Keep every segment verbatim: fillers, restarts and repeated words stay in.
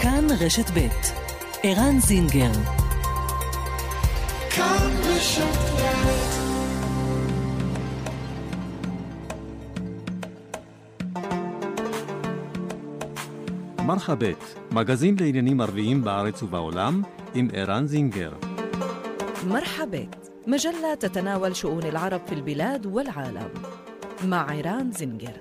כאן רשת ב' ערן זינגר. כאן רשת ב'. מרחבת, מגזין לעניינים ערביים בארץ ובעולם עם ערן זינגר. مرحبت مجلة تتناول شؤون العرب في البلاد والعالم مع عران زنجر.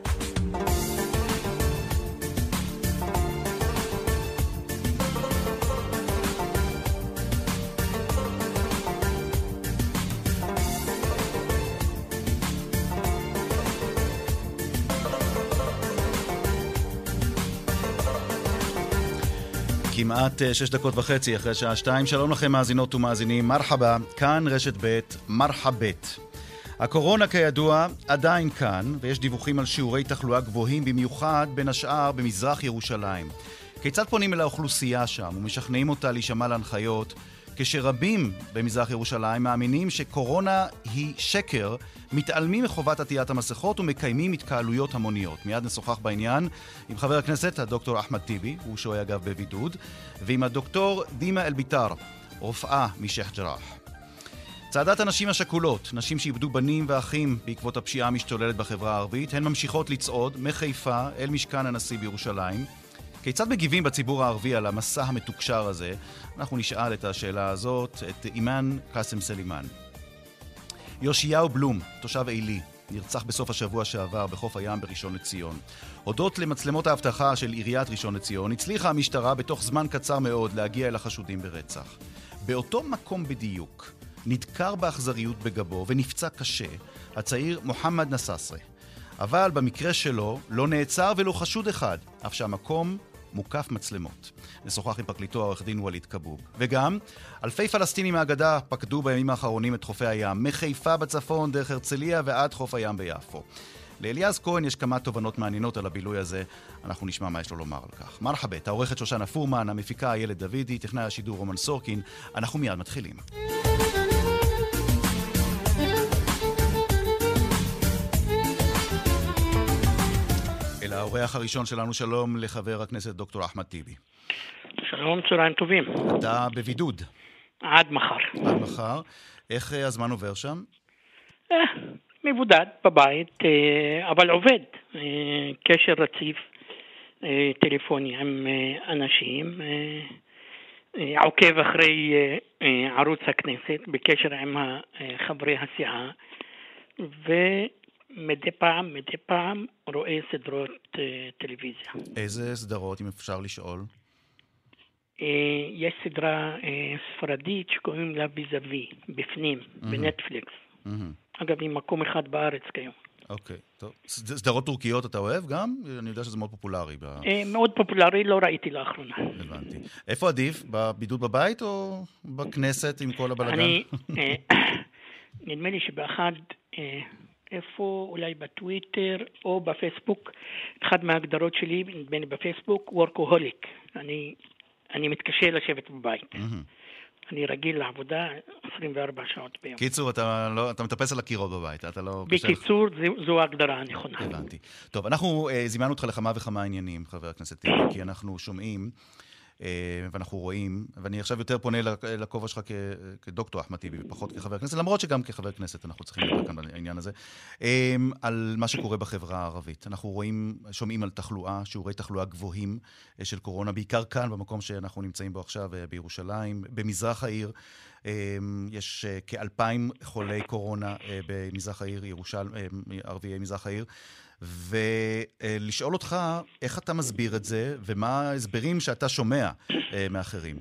כמעט שש דקות וחצי אחרי שעה שתיים. שלום לכם מאזינות ומאזינים, מרחבה, כאן רשת ב' מרחבת. הקורונה כידוע עדיין כאן, ויש דיווחים על שיעורי תחלואה גבוהים במיוחד בין השאר במזרח ירושלים. כיצד פונים אל האוכלוסייה שם ומשכנעים אותה להישמע להנחיות, כשרבים במזרח ירושלים מאמינים שקורונה היא שקר, מתעלמים מחובת עטיית המסכות ומקיימים התקהלויות המוניות. מיד נשוחח בעניין עם חבר הכנסת הדוקטור אחמד טיבי, הוא שוהה אגב בבידוד, ועם הדוקטור דימה אלביטר, רופאה משייח' ג'ראח. צעדת הנשים השכולות, נשים שאיבדו בנים ואחים בעקבות הפשיעה המשתוללת בחברה הערבית, הן ממשיכות לצעוד מחיפה אל משכן הנשיא בירושלים. כיצד מגיבים בציבור הערבי על המסע המתוקשר הזה? אנחנו נשאל את השאלה הזאת את אימן קאסם סלימן. יאשיהו בלום, תושב אילי, נרצח בסוף השבוע שעבר בחוף הים בראשון לציון. הודות למצלמות ההבטחה של עיריית ראשון לציון, הצליחה המשטרה בתוך זמן קצר מאוד להגיע אל החשודים ברצח. באותו מקום בדיוק נדקר באכזריות בגבו ונפצע קשה הצעיר מוחמד נססרה. אבל במקרה שלו לא נעצר ולא חשוד אחד, אף שהמקום מוקף מצלמות. נשוחח עם פרקליטו העורך דין וליד כבוב. וגם, אלפי פלסטינים מהגדה פקדו בימים האחרונים את חופי הים, מחיפה בצפון דרך הרצליה ועד חוף הים ביפו. לאליעז כהן יש כמה תובנות מעניינות על הבילוי הזה, אנחנו נשמע מה יש לו לומר על כך. מרחבת, העורכת שושנה פורמן, המפיקה איילת דוידי, טכנאי השידור רומן סורקין, אנחנו מיד מתחילים. האורח הראשון שלנו, שלום לחבר הכנסת דוקטור אחמד טיבי. שלום, צהריים טובים. אתה בבידוד. עד מחר. עד מחר. איך הזמן עובר שם? אה, מבודד בבית, אבל עובד. קשר רציף, טלפוני עם אנשים, עוקב אחרי ערוץ הכנסת, בקשר עם חברי הסיעה, ו... מדי פעם, מדי פעם רואה סדרות uh, טלוויזיה. איזה סדרות, אם אפשר לשאול? Uh, יש סדרה uh, ספרדית שקוראים לה ויזאבי, בפנים, mm-hmm. בנטפליקס. Mm-hmm. אגב, היא מקום אחד בארץ כיום. אוקיי, טוב. סדרות טורקיות אתה אוהב גם? אני יודע שזה מאוד פופולרי. ב... Uh, מאוד פופולרי, לא ראיתי לאחרונה. הבנתי. איפה עדיף? בבידוד בבית או בכנסת עם כל הבלגן? אני, uh, נדמה לי שבאחד... Uh, איפה, אולי בטוויטר או בפייסבוק, אחד מההגדרות שלי, בין בפייסבוק, וורקוהוליק. אני, אני מתקשה לשבת בבית. Mm-hmm. אני רגיל לעבודה עשרים וארבע שעות ביום. קיצור, אתה, לא, אתה מטפס על הקירות בבית, אתה לא... בקיצור, זו, זו ההגדרה הנכונה. הבנתי. טוב, אנחנו אה, זימנו אותך לכמה וכמה עניינים, חבר הכנסת טיבי, כי אנחנו שומעים, ואנחנו רואים, ואני עכשיו יותר פונה לכובע שלך כדוקטור אחמד טיבי, ופחות כחבר כנסת, למרות שגם כחבר כנסת אנחנו צריכים לדבר כאן בעניין הזה, על מה שקורה בחברה הערבית. אנחנו רואים, שומעים על תחלואה, שיעורי תחלואה גבוהים של קורונה, בעיקר כאן, במקום שאנחנו נמצאים בו עכשיו, בירושלים, במזרח העיר, יש כאלפיים חולי קורונה במזרח העיר, ירושלים, ערביי מזרח העיר, ולשאול אותך איך אתה מסביר את זה ומה ההסברים שאתה שומע מאחרים.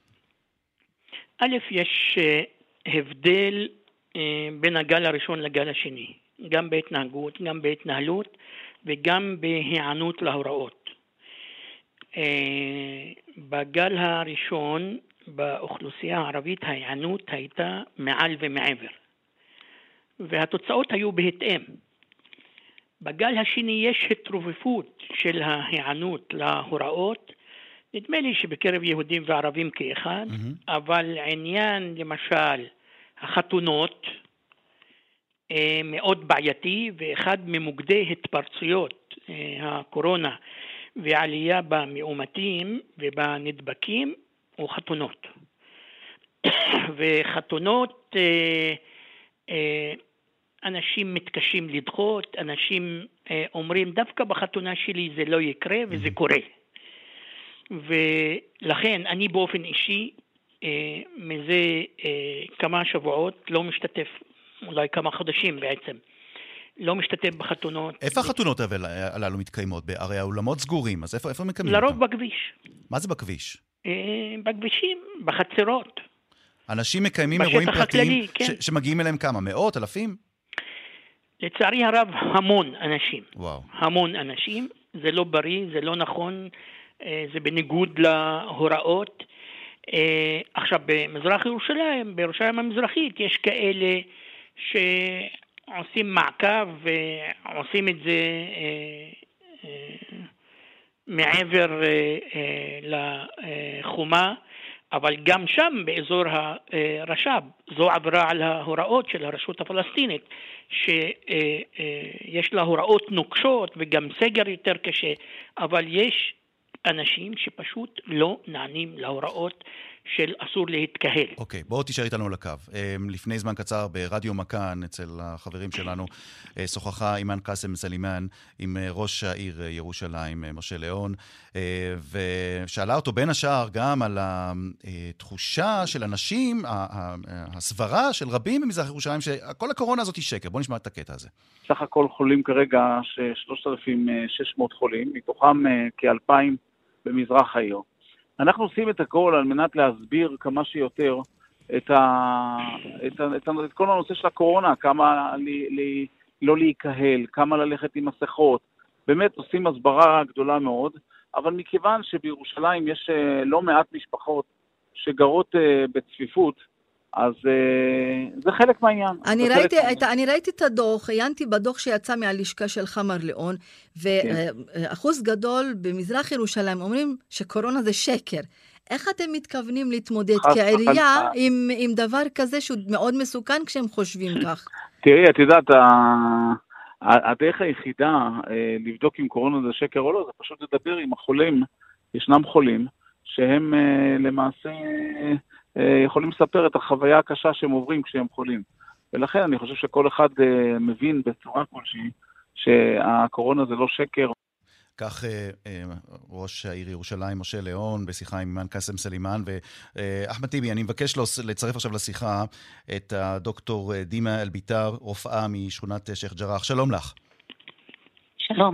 א', יש הבדל בין הגל הראשון לגל השני, גם בהתנהגות, גם בהתנהלות וגם בהיענות להוראות. בגל הראשון באוכלוסייה הערבית ההיענות הייתה מעל ומעבר, והתוצאות היו בהתאם. בגל השני יש התרופפות של ההיענות להוראות, נדמה לי שבקרב יהודים וערבים כאחד, mm-hmm. אבל עניין למשל החתונות מאוד בעייתי, ואחד ממוקדי התפרצויות הקורונה ועלייה במאומתים ובנדבקים הוא חתונות. וחתונות, אה, אה, אנשים מתקשים לדחות, אנשים אה, אומרים דווקא בחתונה שלי זה לא יקרה, וזה קורה. ולכן אני באופן אישי אה, מזה אה, כמה שבועות לא משתתף, אולי כמה חודשים בעצם, לא משתתף בחתונות. איפה החתונות הללו מתקיימות? הרי האולמות סגורים, אז איפה, איפה מקיימים? לרוב בכביש. מה זה בכביש? אה, בכבישים, בחצרות. אנשים מקיימים אירועים פרטיים הכללי, כן. ש- שמגיעים אליהם כמה? מאות? אלפים? לצערי הרב המון אנשים. וואו. המון אנשים. זה לא בריא, זה לא נכון, זה בניגוד להוראות. עכשיו במזרח ירושלים, בירושלים המזרחית, יש כאלה שעושים מעקב ועושים את זה מעבר לחומה, אבל גם שם באזור הרש"ב, זו עבירה על ההוראות של הרשות הפלסטינית, שיש לה הוראות נוקשות וגם סגר יותר קשה, אבל יש אנשים שפשוט לא נענים להוראות של אסור להתקהל. אוקיי, בואו תישאר איתנו על הקו. לפני זמן קצר ברדיו מכאן, אצל החברים שלנו, שוחחה אימאן קאסם סלימאן עם ראש העיר ירושלים, משה ליאון, ושאלה אותו בין השאר גם על התחושה של אנשים, הסברה של רבים במזרח ירושלים, שכל הקורונה הזאת היא שקר. בואו נשמע את הקטע הזה. סך הכל חולים כרגע שלושת אלפים ושש מאות חולים, מתוכם כאלפיים במזרח העיר. אנחנו עושים את הכל על מנת להסביר כמה שיותר את, ה, את, ה, את, ה, את כל הנושא של הקורונה, כמה לי, לי, לא להיקהל, כמה ללכת עם מסכות. באמת עושים הסברה גדולה מאוד, אבל מכיוון שבירושלים יש לא מעט משפחות שגרות בצפיפות, אז זה חלק מהעניין. אני ראיתי, את, אני ראיתי את הדוח, עיינתי בדוח שיצא מהלשכה של חמר ליאון, ואחוז גדול במזרח ירושלים אומרים שקורונה זה שקר. איך אתם מתכוונים להתמודד כעירייה עם, עם דבר כזה שהוא מאוד מסוכן כשהם חושבים כך? תראי, את יודעת, הדרך היחידה לבדוק אם קורונה זה שקר או לא, זה פשוט לדבר עם החולים. ישנם חולים שהם למעשה יכולים לספר את החוויה הקשה שהם עוברים כשהם חולים. ולכן אני חושב שכל אחד מבין בצורה כלשהי שהקורונה זה לא שקר. כך ראש העיר ירושלים, משה ליאון, בשיחה עם אימאן קאסם סלימאן. ואחמד טיבי, אני מבקש לצרף עכשיו לשיחה את הדוקטור דימה אלביטר, רופאה משכונת שייח' ג'ראח. שלום לך. שלום.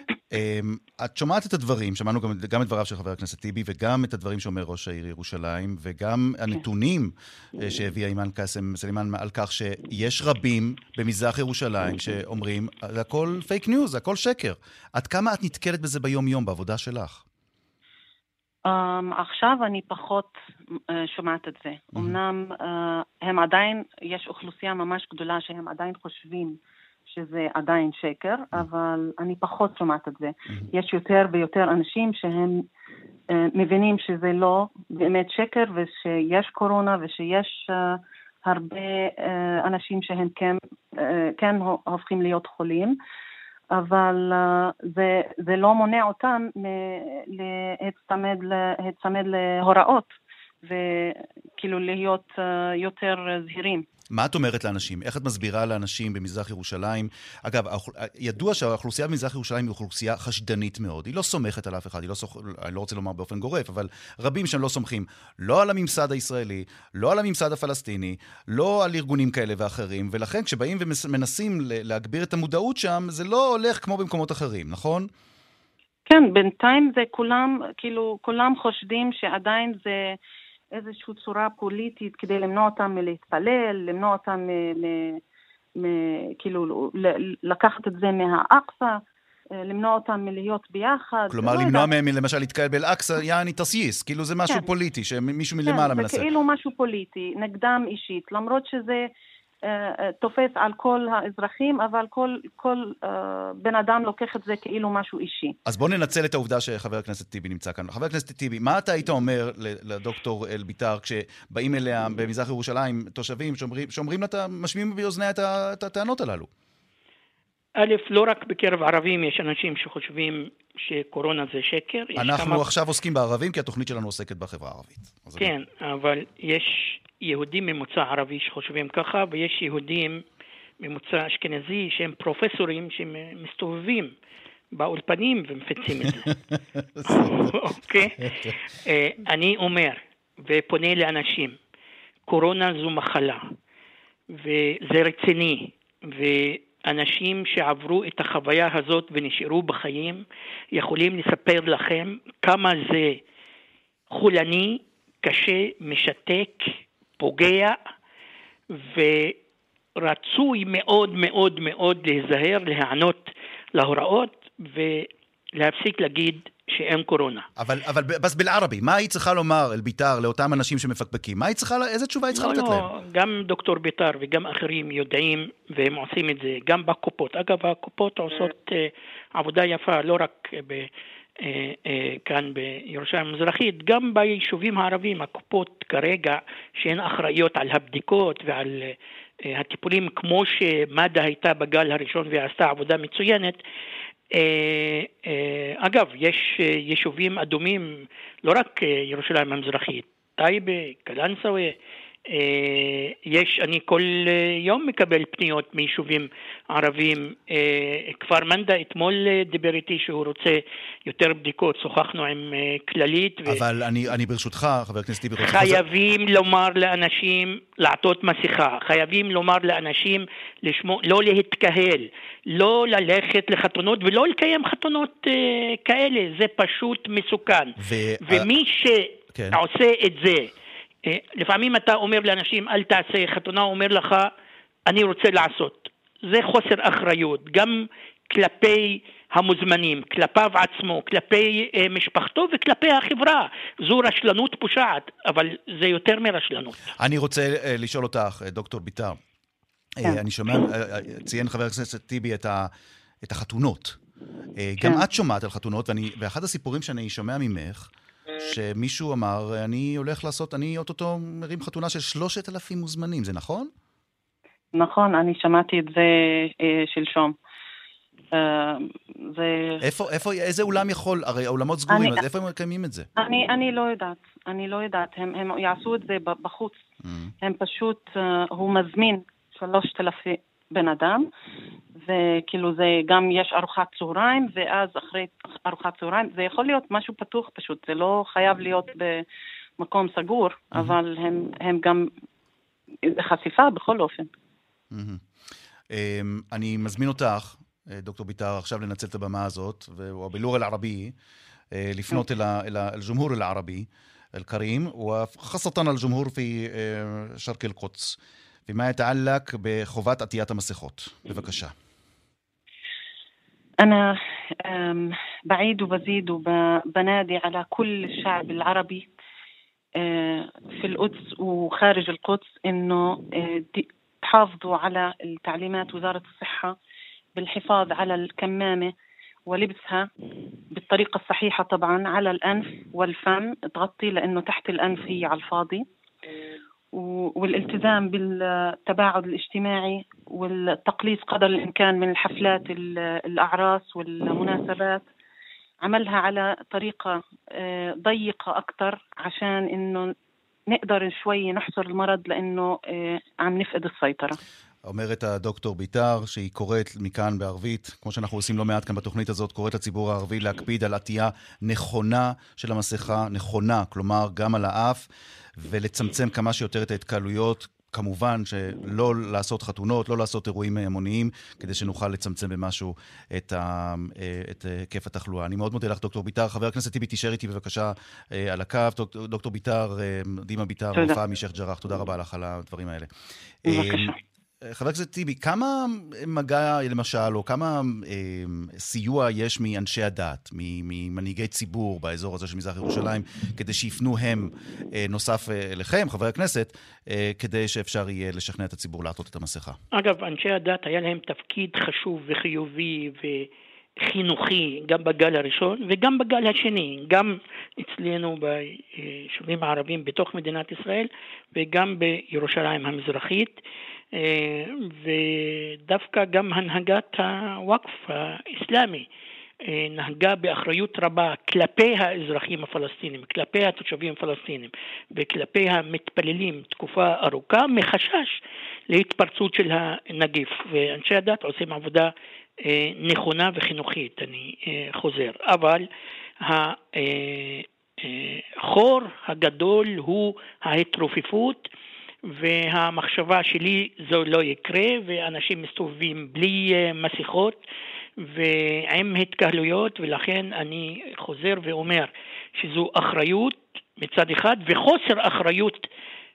את שומעת את הדברים, שמענו גם, גם את דבריו של חבר הכנסת טיבי, וגם את הדברים שאומר ראש העיר ירושלים, וגם הנתונים שהביאה אימאן קאסם סלימאן על כך שיש רבים במזרח ירושלים שאומרים, זה הכל פייק ניוז, זה הכל שקר. עד כמה את נתקלת בזה ביום יום, בעבודה שלך? Um, עכשיו אני פחות uh, שומעת את זה. Mm-hmm. אמנם uh, הם עדיין, יש אוכלוסייה ממש גדולה שהם עדיין חושבים שזה עדיין שקר, אבל אני פחות שומעת את זה. יש יותר ויותר אנשים שהם uh, מבינים שזה לא באמת שקר, ושיש קורונה, ושיש uh, הרבה uh, אנשים שהם כן, uh, כן הופכים להיות חולים, אבל uh, זה, זה לא מונע אותם להצטמד, להצטמד להוראות, וכאילו להיות uh, יותר זהירים. מה את אומרת לאנשים? איך את מסבירה לאנשים במזרח ירושלים? אגב, ידוע שהאוכלוסייה במזרח ירושלים היא אוכלוסייה חשדנית מאוד. היא לא סומכת על אף אחד, היא לא סוכ... אני לא רוצה לומר באופן גורף, אבל רבים שם לא סומכים לא על הממסד הישראלי, לא על הממסד הפלסטיני, לא על ארגונים כאלה ואחרים, ולכן כשבאים ומנסים להגביר את המודעות שם, זה לא הולך כמו במקומות אחרים, נכון? כן, בינתיים זה כולם, כאילו, כולם חושדים שעדיין זה איזושהי צורה פוליטית כדי למנוע אותם מלהתפלל, למנוע אותם מ, מ, מ, כאילו לקחת את זה מהאקסה, למנוע אותם מלהיות ביחד. כלומר, למנוע מהם למשל להתקהל באל-אקסה, יעני תסייס, כאילו זה משהו כן. פוליטי, שמישהו מלמעלה כן, מנסה. זה כאילו משהו פוליטי, נגדם אישית, למרות שזה תופס על כל האזרחים, אבל כל, כל uh, בן אדם לוקח את זה כאילו משהו אישי. אז בוא ננצל את העובדה שחבר הכנסת טיבי נמצא כאן. חבר הכנסת טיבי, מה אתה היית אומר לדוקטור אלביטר כשבאים אליה במזרח ירושלים תושבים שאומרים, שאומרים לה, משמיעים באוזניה את הטענות הללו? א', לא רק בקרב ערבים יש אנשים שחושבים שקורונה זה שקר. אנחנו כמה... עכשיו עוסקים בערבים, כי התוכנית שלנו עוסקת בחברה הערבית. כן, אני... אבל יש יהודים ממוצא ערבי שחושבים ככה, ויש יהודים ממוצא אשכנזי שהם פרופסורים שמסתובבים באולפנים ומפצים את זה. אוקיי? אני אומר, ופונה לאנשים, קורונה זו מחלה, וזה רציני, ואנשים שעברו את החוויה הזאת ונשארו בחיים, יכולים לספר לכם כמה זה חולני, קשה, משתק, פוגע, ורצוי מאוד מאוד מאוד להיזהר, להיענות להוראות, ולהפסיק להגיד שאין קורונה. אבל, אבל בס בערבי, מה היא צריכה לומר אל ביתר לאותם אנשים שמפקפקים? מה היא צריכה, איזה תשובה היא צריכה לא, לתת לא, להם? גם דוקטור ביתר וגם אחרים יודעים, והם עושים את זה, גם בקופות. אגב, הקופות עושות uh, עבודה יפה, לא רק ב, uh, uh, כאן בירושלים המזרחית, גם ביישובים הערבים, הקופות כרגע, שהן אחראיות על הבדיקות ועל uh, הטיפולים, כמו שמד"א הייתה בגל הראשון ועשתה עבודה מצוינת, אגב, יש יישובים אדומים, לא רק ירושלים המזרחית, טייבה, קלנסווה, יש, אני כל יום מקבל פניות מיישובים ערבים. כפר מנדה אתמול דיבר איתי שהוא רוצה יותר בדיקות, שוחחנו עם כללית. אבל ו... אני, אני ברשותך, חבר הכנסת טיבי, חייבים חוזר... לומר לאנשים לעטות מסכה, חייבים לומר לאנשים לשמו, לא להתקהל, לא ללכת לחתונות ולא לקיים חתונות כאלה, זה פשוט מסוכן. ו... ומי שעושה כן. את זה, לפעמים אתה אומר לאנשים אל תעשה חתונה, הוא אומר לך אני רוצה לעשות. זה חוסר אחריות, גם כלפי המוזמנים, כלפיו עצמו, כלפי משפחתו וכלפי החברה. זו רשלנות פושעת, אבל זה יותר מרשלנות. אני רוצה לשאול אותך, דוקטור ביתר, אני שומע, ציין חבר הכנסת טיבי את החתונות. גם את שומעת על חתונות, ואחד הסיפורים שאני שומע ממך, שמישהו אמר, אני הולך לעשות, אני אוטוטו מרים חתונה של שלושת אלפים מוזמנים, זה נכון? נכון, אני שמעתי את זה שלשום. זה... איפה, איפה, איזה אולם יכול, הרי האולמות סגורים, אני, אז איפה הם מקיימים את זה? אני, אני לא יודעת, אני לא יודעת, הם, הם יעשו את זה בחוץ. Mm. הם פשוט, הוא מזמין שלושת אלפים בן אדם, וכאילו זה גם יש ארוחת צהריים, ואז אחרי ארוחת צהריים, זה יכול להיות משהו פתוח פשוט, זה לא חייב להיות במקום סגור, mm-hmm. אבל הם, הם גם חשיפה בכל אופן. Mm-hmm. Um, אני מזמין אותך, דוקטור ביתר, עכשיו לנצל את הבמה הזאת, ובלור אל-ערבי, לפנות אל הג'מהור אל-ערבי, الكريم وخاصة الجمهور في شرق القدس فيما يتعلق بخوفات عطيات المسيخات. بفكشة. أنا بعيد وبزيد وبنادي على كل الشعب العربي في القدس وخارج القدس إنه تحافظوا على التعليمات وزارة الصحة بالحفاظ على الكمامة ولبسها بالطريقة الصحيحة طبعا على الأنف والفم تغطي لأنه تحت الأنف هي على الفاضي والالتزام بالتباعد الاجتماعي والتقليص قدر الإمكان من الحفلات الأعراس والمناسبات عملها على طريقة ضيقة أكتر عشان إنه نقدر شوي نحصر المرض لأنه عم نفقد السيطرة. אומרת הדוקטור ביתר שהיא קוראת מכאן בערבית, כמו שאנחנו עושים לא מעט כאן בתוכנית הזאת, קוראת לציבור הערבי להקפיד על עטייה נכונה של המסכה, נכונה, כלומר גם על האף, ולצמצם כמה שיותר את ההתקהלויות, כמובן שלא לעשות חתונות, לא לעשות אירועים המוניים, כדי שנוכל לצמצם במשהו את, ה, את כיף התחלואה. אני מאוד מודה לך, דוקטור ביתר. חבר הכנסת טיבי, תישאר איתי בבקשה על הקו. דוקטור, דוקטור ביתר, דימה ביתר, רופאה משייח' ג'ראח, תודה רבה לך על הדברים האלה. בבקשה. חבר הכנסת טיבי, כמה מגע, למשל, או כמה אה, סיוע יש מאנשי הדת, ממנהיגי ציבור באזור הזה של מזרח ירושלים, כדי שיפנו הם אה, נוסף אה, לכם, חברי הכנסת, אה, כדי שאפשר יהיה לשכנע את הציבור לעטות את המסכה? אגב, אנשי הדת היה להם תפקיד חשוב וחיובי וחינוכי, גם בגל הראשון וגם בגל השני, גם אצלנו ביישובים הערבים בתוך מדינת ישראל, וגם בירושלים המזרחית. ודווקא גם הנהגת הווקף האסלאמי נהגה באחריות רבה כלפי האזרחים הפלסטינים, כלפי התושבים הפלסטינים וכלפי המתפללים תקופה ארוכה מחשש להתפרצות של הנגיף, ואנשי הדת עושים עבודה נכונה וחינוכית, אני חוזר. אבל החור הגדול הוא ההתרופפות, והמחשבה שלי זו לא יקרה, ואנשים מסתובבים בלי מסכות ועם התקהלויות, ולכן אני חוזר ואומר שזו אחריות מצד אחד וחוסר אחריות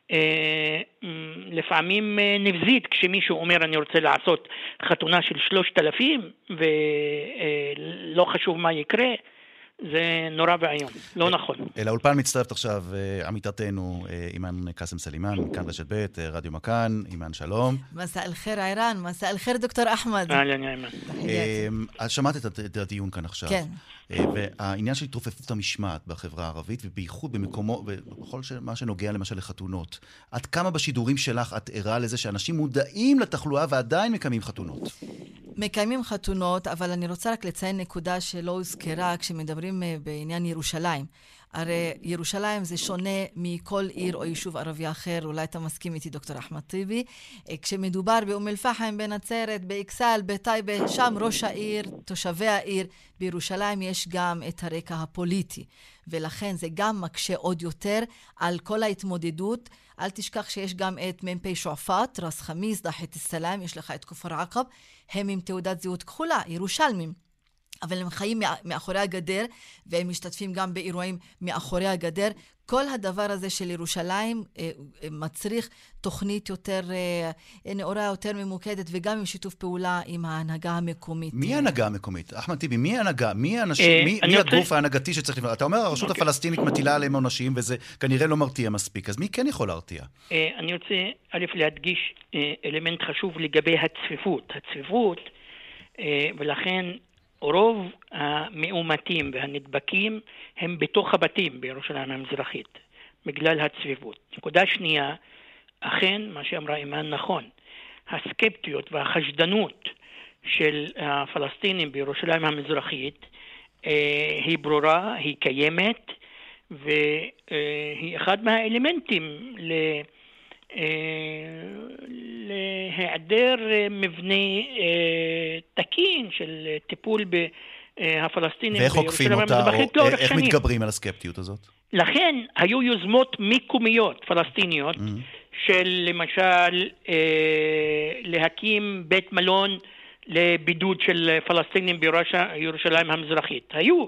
לפעמים נבזית, כשמישהו אומר אני רוצה לעשות חתונה של שלושת אלפים ולא חשוב מה יקרה, זה נורא והיום, לא נכון. אל האולפן מצטרפת עכשיו עמיתתנו אימן קאסם סלימאן, כאן רשת ב', רדיו מכאן. אימן, שלום. מסע אל-חיר עירן, מסע אל-חיר דוקטור אחמד. אהלן יא אימן. אז שמעת את הדיון כאן עכשיו. כן. והעניין של התרופפות המשמעת בחברה הערבית, ובייחוד במקומו, בכל מה שנוגע למשל לחתונות. עד כמה בשידורים שלך את ערה לזה שאנשים מודעים לתחלואה ועדיין מקיימים חתונות? מקיימים חתונות, אבל אני רוצה רק לציין נקודה שלא הוזכרה כשמדברים בעניין ירושלים. הרי ירושלים זה שונה מכל עיר או יישוב ערבי אחר, אולי אתה מסכים איתי דוקטור אחמד טיבי. כשמדובר באום אל-פחם, בנצרת, באכסאל, בטייבה, שם ראש העיר, תושבי העיר, בירושלים יש גם את הרקע הפוליטי. ולכן זה גם מקשה עוד יותר על כל ההתמודדות. אל תשכח שיש גם את מ"פ שועפאט, ראס חמיס, דחית א-סלאם, יש לך את כפר עקב, הם עם תעודת זהות כחולה, ירושלמים. אבל הם חיים מאחורי הגדר, והם משתתפים גם באירועים מאחורי הגדר. כל הדבר הזה של ירושלים מצריך תוכנית יותר נאורה, יותר ממוקדת, וגם עם שיתוף פעולה עם ההנהגה המקומית. מי ההנהגה המקומית? אחמד טיבי, מי ההנהגה? מי האנשים, מי, מי הגוף ההנהגתי שצריך לבנות? אתה אומר, הרשות okay. הפלסטינית מטילה עליהם עונשים, וזה כנראה לא מרתיע מספיק. אז מי כן יכול להרתיע? אני רוצה, א', להדגיש אלמנט חשוב לגבי הצפיפות. הצפיפות, ולכן רוב המאומתים והנדבקים הם בתוך הבתים בירושלים המזרחית, בגלל הצפיפות. נקודה שנייה, אכן מה שאמרה אימן נכון, הסקפטיות והחשדנות של הפלסטינים בירושלים המזרחית היא ברורה, היא קיימת, והיא אחד מהאלמנטים ל... להיעדר מבנה תקין של טיפול בהפלסטינים ואיך עוקפים אותה, או איך מתגברים על הסקפטיות הזאת? לכן היו יוזמות מקומיות פלסטיניות של למשל להקים בית מלון לבידוד של פלסטינים בירושלים המזרחית. היו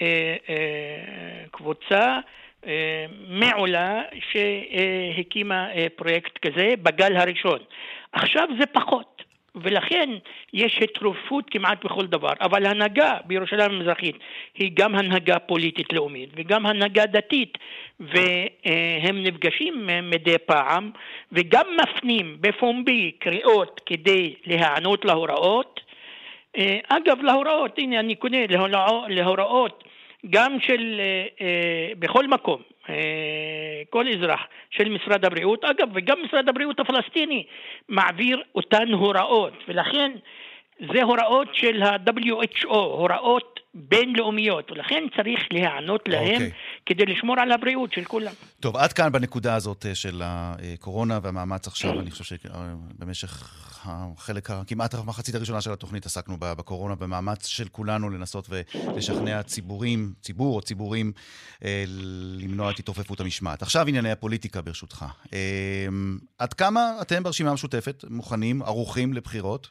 קבוצה מעולה שהקימה פרויקט כזה בגל הראשון. עכשיו זה פחות, ולכן יש התרופפות כמעט בכל דבר. אבל הנהגה בירושלים המזרחית היא גם הנהגה פוליטית לאומית וגם הנהגה דתית, והם נפגשים מדי פעם וגם מפנים בפומבי קריאות כדי להיענות להוראות. אגב, להוראות, הנה אני קונה להוראות גם של, בכל מקום, כל אזרח של משרד הבריאות, אגב, וגם משרד הבריאות הפלסטיני מעביר אותן הוראות, ולכן זה הוראות של ה-דאבליו אייץ' או, הוראות בינלאומיות, ולכן צריך להיענות להם okay. כדי לשמור על הבריאות של כולם. טוב, עד כאן בנקודה הזאת של הקורונה והמאמץ עכשיו, אני חושב שבמשך החלק, כמעט המחצית הראשונה של התוכנית עסקנו בקורונה, במאמץ של כולנו לנסות ולשכנע ציבורים, ציבור או ציבורים, למנוע את התרופפות המשמעת. עכשיו ענייני הפוליטיקה ברשותך. עד כמה אתם ברשימה המשותפת מוכנים, ערוכים לבחירות?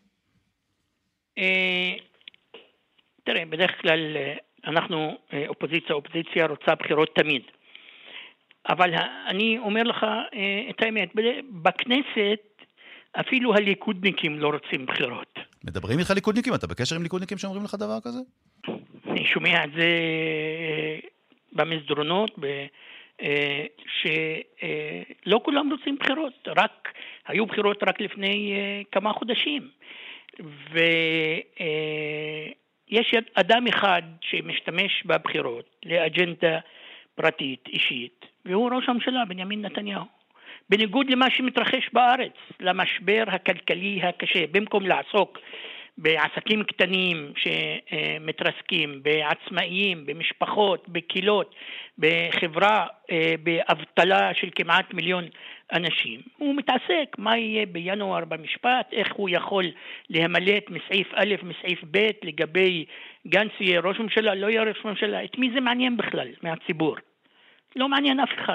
תראה, בדרך כלל אנחנו אופוזיציה, אופוזיציה רוצה בחירות תמיד. אבל אני אומר לך את האמת, בכנסת אפילו הליכודניקים לא רוצים בחירות. מדברים איתך ליכודניקים? אתה בקשר עם ליכודניקים שאומרים לך דבר כזה? אני שומע את זה במסדרונות, שלא כולם רוצים בחירות. רק, היו בחירות רק לפני כמה חודשים. ויש אדם אחד שמשתמש בבחירות לאג'נדה פרטית, אישית, והוא ראש הממשלה בנימין נתניהו. בניגוד למה שמתרחש בארץ, למשבר הכלכלי הקשה. במקום לעסוק בעסקים קטנים שמתרסקים, בעצמאים, במשפחות, בקהילות, בחברה, באבטלה של כמעט מיליון אנשים. הוא מתעסק מה יהיה בינואר במשפט, איך הוא יכול להמלט מסעיף א' מסעיף ב' לגבי גנץ יהיה ראש ממשלה, לא יהיה ראש ממשלה. את מי זה מעניין בכלל מהציבור? לא מעניין אף אחד.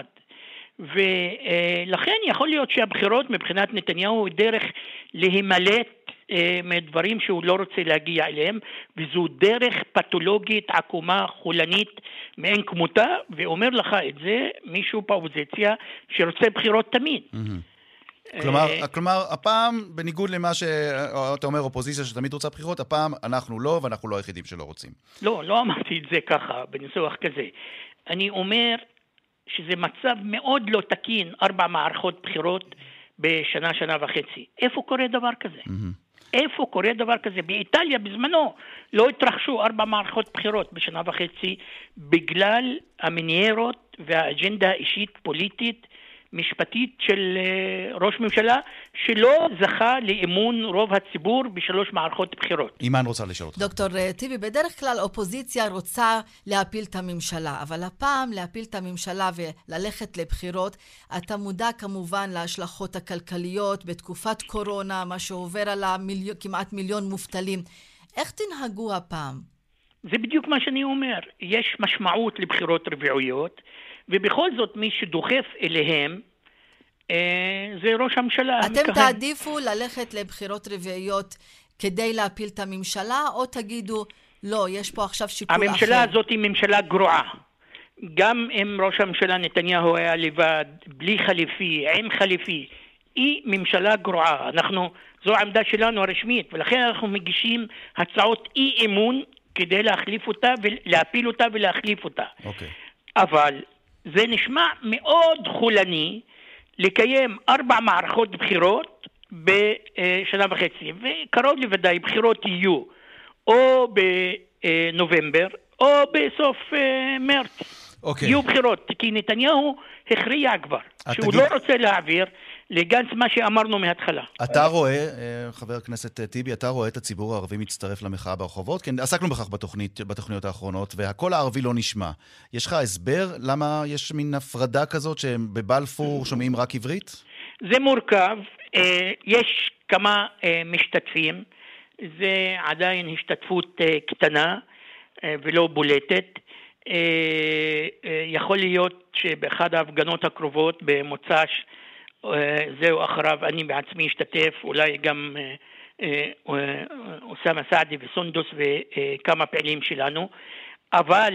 ולכן יכול להיות שהבחירות מבחינת נתניהו הוא דרך להימלט מדברים שהוא לא רוצה להגיע אליהם, וזו דרך פתולוגית, עקומה, חולנית, מאין כמותה, ואומר לך את זה מישהו באופוזיציה שרוצה בחירות תמיד. כלומר, כלומר, הפעם, בניגוד למה שאתה אומר, אופוזיציה שתמיד רוצה בחירות, הפעם אנחנו לא, ואנחנו לא היחידים שלא רוצים. לא, לא אמרתי את זה ככה, בניסוח כזה. אני אומר שזה מצב מאוד לא תקין, ארבע מערכות בחירות בשנה, שנה וחצי. איפה קורה דבר כזה? איפה קורה דבר כזה? באיטליה בזמנו לא התרחשו ארבע מערכות בחירות בשנה וחצי, בגלל המניירות והאג'נדה האישית פוליטית משפטית של ראש ממשלה שלא זכה לאמון רוב הציבור בשלוש מערכות בחירות. אימן רוצה לשאול אותך. דוקטור טיבי, בדרך כלל אופוזיציה רוצה להפיל את הממשלה, אבל הפעם להפיל את הממשלה וללכת לבחירות, אתה מודע כמובן להשלכות הכלכליות בתקופת קורונה, מה שעובר על המיליון, כמעט מיליון מובטלים. איך תנהגו הפעם? זה בדיוק מה שאני אומר. יש משמעות לבחירות רביעיות, ובכל זאת מי שדוחף אליהם אה, זה ראש הממשלה. אתם המכהן. תעדיפו ללכת לבחירות רביעיות כדי להפיל את הממשלה, או תגידו, לא, יש פה עכשיו שיקול אחר? הממשלה הזאת היא ממשלה גרועה. גם אם ראש הממשלה נתניהו היה לבד, בלי חליפי, עם חליפי, היא ממשלה גרועה. אנחנו, זו העמדה שלנו הרשמית, ולכן אנחנו מגישים הצעות אי אמון כדי להחליף אותה ולהפיל אותה ולהחליף אותה. אוקיי. אבל זה נשמע מאוד חולני לקיים ארבע מערכות בחירות בשנה וחצי, וקרוב לוודאי בחירות יהיו או בנובמבר או בסוף מרץ. אוקיי. יהיו בחירות, כי נתניהו הכריע כבר, שהוא תגיד... לא רוצה להעביר לגנץ מה שאמרנו מההתחלה. אתה רואה, חבר הכנסת טיבי, אתה רואה את הציבור הערבי מצטרף למחאה ברחובות? כן, עסקנו בכך בתוכנית, בתוכניות האחרונות, והכל הערבי לא נשמע. יש לך הסבר למה יש מין הפרדה כזאת שבבלפור שומעים רק עברית? זה מורכב, יש כמה משתתפים, זה עדיין השתתפות קטנה ולא בולטת. יכול להיות שבאחד ההפגנות הקרובות במוצ"ש זהו אחריו אני בעצמי אשתתף, אולי גם אוסאמה סעדי וסונדוס וכמה פעילים שלנו, אבל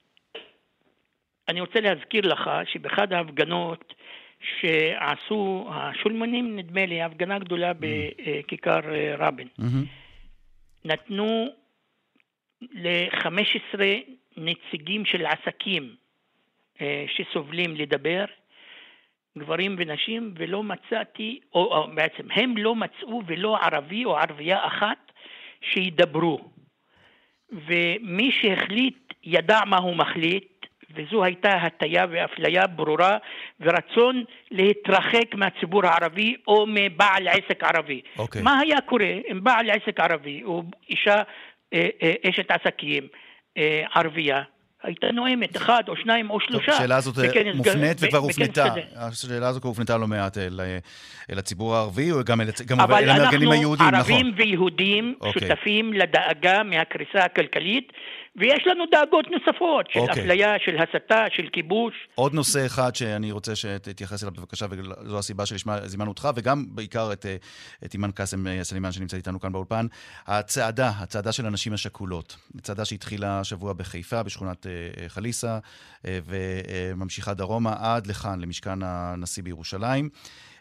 אני רוצה להזכיר לך שבאחד ההפגנות שעשו השולמנים, נדמה לי, הפגנה גדולה בכיכר רבין, נתנו ל-חמש עשרה נציגים של עסקים שסובלים לדבר, גברים ונשים, ולא מצאתי, או, או בעצם הם לא מצאו ולא ערבי או ערבייה אחת שידברו. ומי שהחליט ידע מה הוא מחליט, וזו הייתה הטיה ואפליה ברורה, ורצון להתרחק מהציבור הערבי או מבעל עסק ערבי. Okay. מה היה קורה אם בעל עסק ערבי או אישה, אשת עסקים ערבייה, הייתה נואמת אחד או שניים או שלושה. השאלה הזאת מופנית וכבר הופנתה. השאלה הזאת כבר הופנתה לא מעט אל הציבור הערבי, או גם אל המארגנים היהודים, נכון. אבל אנחנו ערבים ויהודים שותפים לדאגה מהקריסה הכלכלית, ויש לנו דאגות נוספות של אפליה, של הסתה, של כיבוש. עוד נושא אחד שאני רוצה שתתייחס אליו בבקשה, וזו הסיבה שלזימנו אותך, וגם בעיקר את אימן קאסם סלימאן שנמצא איתנו כאן באולפן. הצעדה, הצעדה של הנשים השכולות. הצעדה שהתחילה השבוע בחיפה, בשכונת חליסה, וממשיכה דרומה עד לכאן, למשכן הנשיא בירושלים.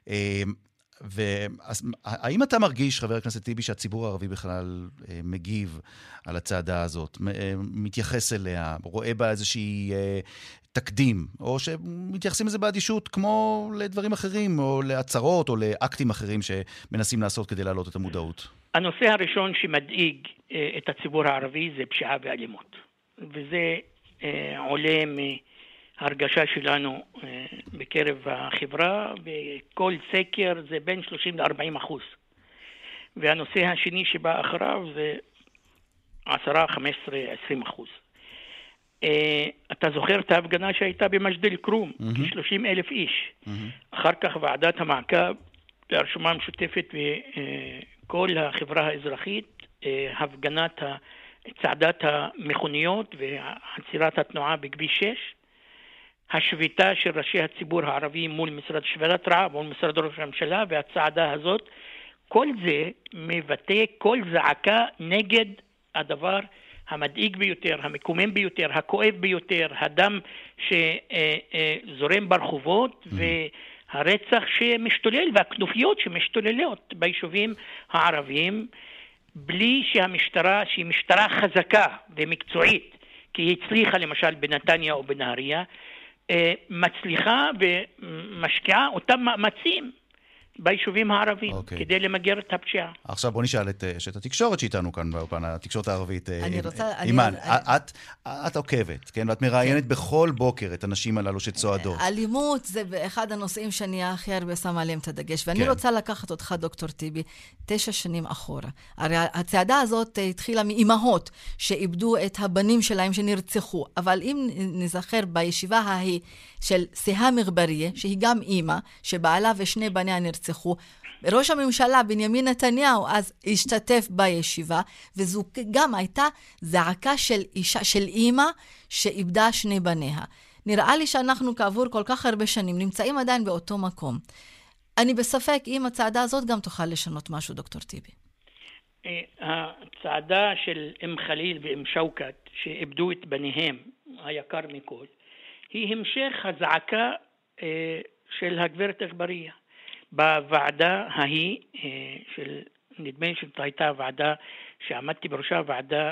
והאם אתה מרגיש, חבר הכנסת טיבי, שהציבור הערבי בכלל מגיב על הצעדה הזאת, מתייחס אליה, רואה בה איזושהי תקדים, או שמתייחסים לזה באדישות כמו לדברים אחרים, או להצהרות, או לאקטים אחרים שמנסים לעשות כדי להעלות את המודעות? הנושא הראשון שמדאיג את הציבור הערבי זה פשיעה ואלימות. וזה עולה ההרגשה שלנו בקרב החברה, וכל סקר זה בין שלושים ל-ארבעים אחוז. והנושא השני שבא אחריו זה עשרה, חמש עשרה, עשרים אחוז. אתה זוכר את ההפגנה שהייתה במג'ד אל-כרום, כ-שלושים אלף איש. אחר כך ועדת המעקב לרשימה המשותפת וכל החברה האזרחית, הפגנת צעדת המכוניות ועצירת התנועה בכביש שש, השביתה של ראשי הציבור הערבי מול משרד שביתת רעב, מול משרד ראש הממשלה, והצעדה הזאת, כל זה מבטא כל זעקה נגד הדבר המדאיג ביותר, המקומם ביותר, הכואב ביותר, הדם שזורם ברחובות, והרצח שמשתולל, והכנופיות שמשתוללות ביישובים הערביים, בלי שהמשטרה, שהיא משטרה חזקה ומקצועית, כי היא הצליחה למשל בנתניה או בנהריה, מצליחה ומשקיעה אותם מאמצים ביישובים הערבים, okay. כדי למגר את הפשיעה. עכשיו בוא נשאל את, את התקשורת שאיתנו כאן באופן, התקשורת הערבית. אני רוצה... אימן, אני... את, את עוקבת, כן? ואת מראיינת כן. בכל בוקר את הנשים הללו שצועדות. אלימות זה אחד הנושאים שאני הכי הרבה שמה עליהם את הדגש, ואני כן. רוצה לקחת אותך, דוקטור טיבי, תשע שנים אחורה. הרי הצעדה הזאת התחילה מאימהות שאיבדו את הבנים שלהם שנרצחו, אבל אם נזכר בישיבה ההיא של סיהאם מגבריה, שהיא גם אימא, שבעלה ושני בניה נרצחו, ראש הממשלה בנימין נתניהו אז השתתף בישיבה, וזו גם הייתה זעקה של אישה, של אימא שאיבדה שני בניה. נראה לי שאנחנו כעבור כל כך הרבה שנים נמצאים עדיין באותו מקום. אני בספק אם הצעדה הזאת גם תוכל לשנות משהו, דוקטור טיבי. הצעדה של אם חליל ואם שוקת שאיבדו את בניהם היקר מכל, היא המשך הזעקה של הגברת אגבריה. בוועדה ההיא, של, נדמה לי שזאת הייתה ועדה שעמדתי בראשה, ועדה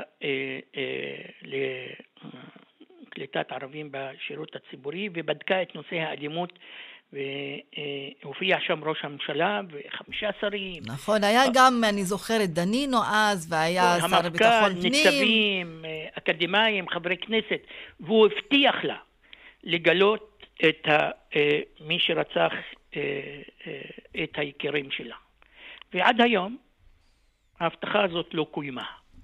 לקליטת ערבים בשירות הציבורי, ובדקה את נושא האלימות, והופיע שם ראש הממשלה וחמישה שרים. נכון, היה גם, אני זוכרת, דנינו אז, והיה שר ביטחון פנים. ניצבים, אקדמיים, חברי כנסת, והוא הבטיח לה לגלות את מי שרצח את היקירים שלה. ועד היום ההבטחה הזאת לא קוימה.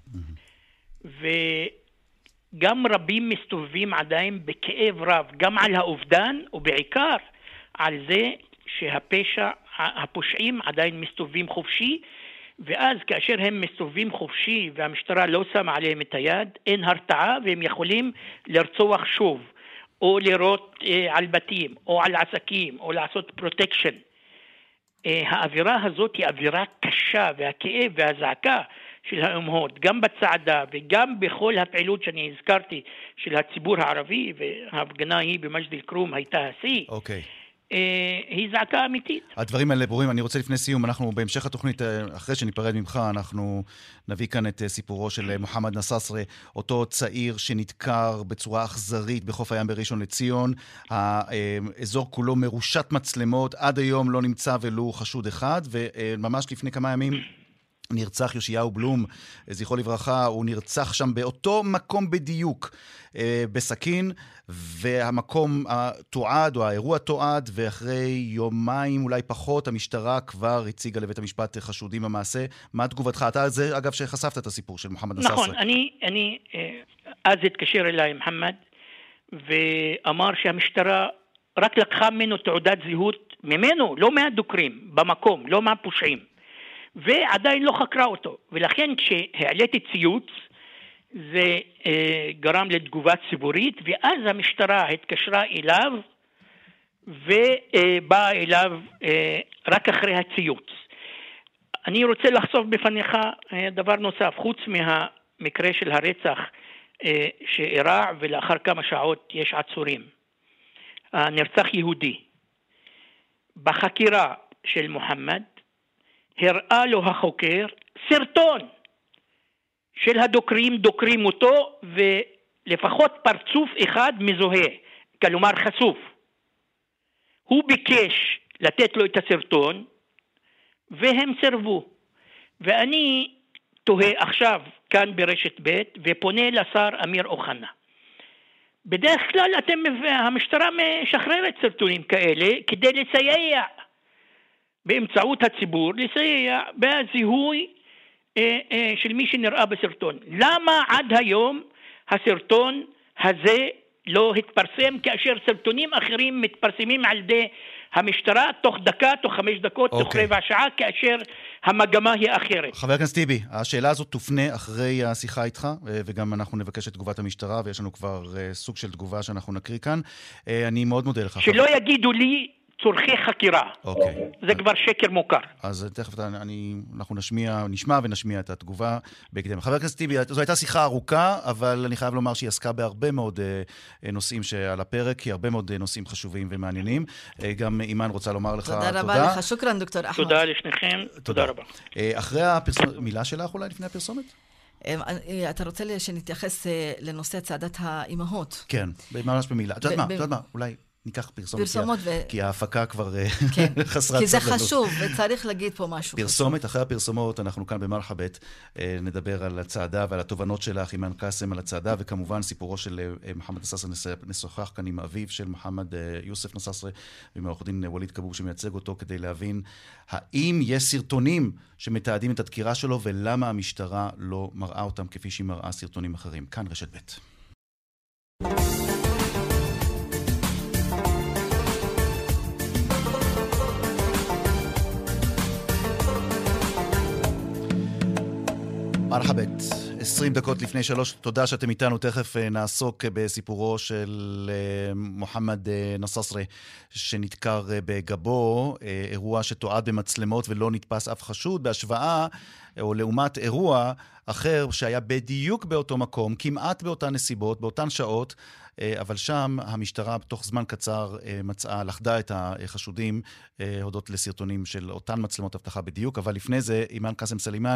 וגם רבים מסתובבים עדיין בכאב רב, גם על האובדן ובעיקר על זה שהפשע, הפושעים עדיין מסתובבים חופשי, ואז כאשר הם מסתובבים חופשי והמשטרה לא שמה עליהם את היד, אין הרתעה והם יכולים לרצוח שוב. או לירות אה, על בתים, או על עסקים, או לעשות פרוטקשן. אה, האווירה הזאת היא אווירה קשה, והכאב והזעקה של האומהות, גם בצעדה וגם בכל הפעילות שאני הזכרתי של הציבור הערבי, וההפגנה היא במג'ד אל-כרום הייתה השיא. אוקיי. היא זעקה אמיתית. הדברים האלה ברורים. אני רוצה לפני סיום, אנחנו בהמשך התוכנית, אחרי שניפרד ממך, אנחנו נביא כאן את סיפורו של מוחמד נססרה, אותו צעיר שנדקר בצורה אכזרית בחוף הים בראשון לציון. האזור כולו מרושת מצלמות, עד היום לא נמצא ולו חשוד אחד, וממש לפני כמה ימים נרצח יאשיהו בלום, זכרו לברכה, הוא נרצח שם באותו מקום בדיוק, בסכין, והמקום תועד, או האירוע תועד, ואחרי יומיים, אולי פחות, המשטרה כבר הציגה לבית המשפט חשודים במעשה. מה תגובתך? אתה זה, אגב, שחשפת את הסיפור של מוחמד נססרה. נכון, אני, אני, אז התקשר אליי מוחמד, ואמר שהמשטרה רק לקחה ממנו תעודת זהות, ממנו, לא מהדוקרים, במקום, לא מהפושעים. ועדיין לא חקרה אותו, ולכן כשהעליתי ציוץ זה אה, גרם לתגובה ציבורית, ואז המשטרה התקשרה אליו ובאה אליו אה, רק אחרי הציוץ. אני רוצה לחשוף בפניך אה, דבר נוסף, חוץ מהמקרה של הרצח אה, שאירע, ולאחר כמה שעות יש עצורים. הנרצח יהודי. בחקירה של מוחמד הראה לו החוקר סרטון של הדוקרים, דוקרים אותו, ולפחות פרצוף אחד מזוהה, כלומר חשוף. הוא ביקש לתת לו את הסרטון, והם סרבו. ואני תוהה עכשיו כאן ברשת ב' ופונה לשר אמיר אוחנה. בדרך כלל אתם, המשטרה משחררת סרטונים כאלה כדי לסייע באמצעות הציבור, לסייע בזיהוי אה, אה, של מי שנראה בסרטון. למה עד היום הסרטון הזה לא התפרסם, כאשר סרטונים אחרים מתפרסמים על ידי המשטרה תוך דקה, תוך חמש דקות, okay. תוך רבע שעה, כאשר המגמה היא אחרת. חבר הכנסת טיבי, השאלה הזאת תופנה אחרי השיחה איתך, וגם אנחנו נבקש את תגובת המשטרה, ויש לנו כבר סוג של תגובה שאנחנו נקריא כאן. אני מאוד מודה לך. שלא חבר. יגידו לי צורכי חקירה. אוקיי. זה כבר שקר מוכר. אז תכף אני, אנחנו נשמיע, נשמע ונשמיע את התגובה בהקדם. חבר הכנסת טיבי, זו הייתה שיחה ארוכה, אבל אני חייב לומר שהיא עסקה בהרבה מאוד נושאים שעל הפרק, כי הרבה מאוד נושאים חשובים ומעניינים. גם אימן רוצה לומר לך תודה. תודה רבה לך, שוקרן דוקטור אחמד. תודה לשניכם, תודה רבה. אחרי הפרסומת, מילה שלך אולי לפני הפרסומת? אתה רוצה שנתייחס לנושא צעדת האימהות? כן, ממש במילה. את יודעת מה, את יודעת מה, אולי ניקח פרסומת, פרסומות כי, ו... כי ההפקה כבר כן. חסרת כי זה סבלנות. חשוב, וצריך להגיד פה משהו. פרסומת, חשוב. אחרי הפרסומות, אנחנו כאן במרחבת, נדבר על הצעדה ועל התובנות שלך, אימן קאסם, על הצעדה, וכמובן סיפורו של מוחמד נססרה, נשוחח כאן עם אביו של מוחמד יוסף נססרה, ועם העורך דין ווליד כבוב שמייצג אותו, כדי להבין האם יש סרטונים שמתעדים את הדקירה שלו, ולמה המשטרה לא מראה אותם כפי שהיא מראה סרטונים אחרים. כאן רשת ב'. מרחבת, עשרים דקות לפני שלוש, תודה שאתם איתנו, תכף נעסוק בסיפורו של מוחמד נססרה שנדקר בגבו, אירוע שתועד במצלמות ולא נתפס אף חשוד, בהשוואה או לעומת אירוע אחר שהיה בדיוק באותו מקום, כמעט באותן נסיבות, באותן שעות, אבל שם המשטרה בתוך זמן קצר מצאה, לחדה את החשודים הודות לסרטונים של אותן מצלמות הבטחה בדיוק, אבל לפני זה, אימן קאסם סלימאן,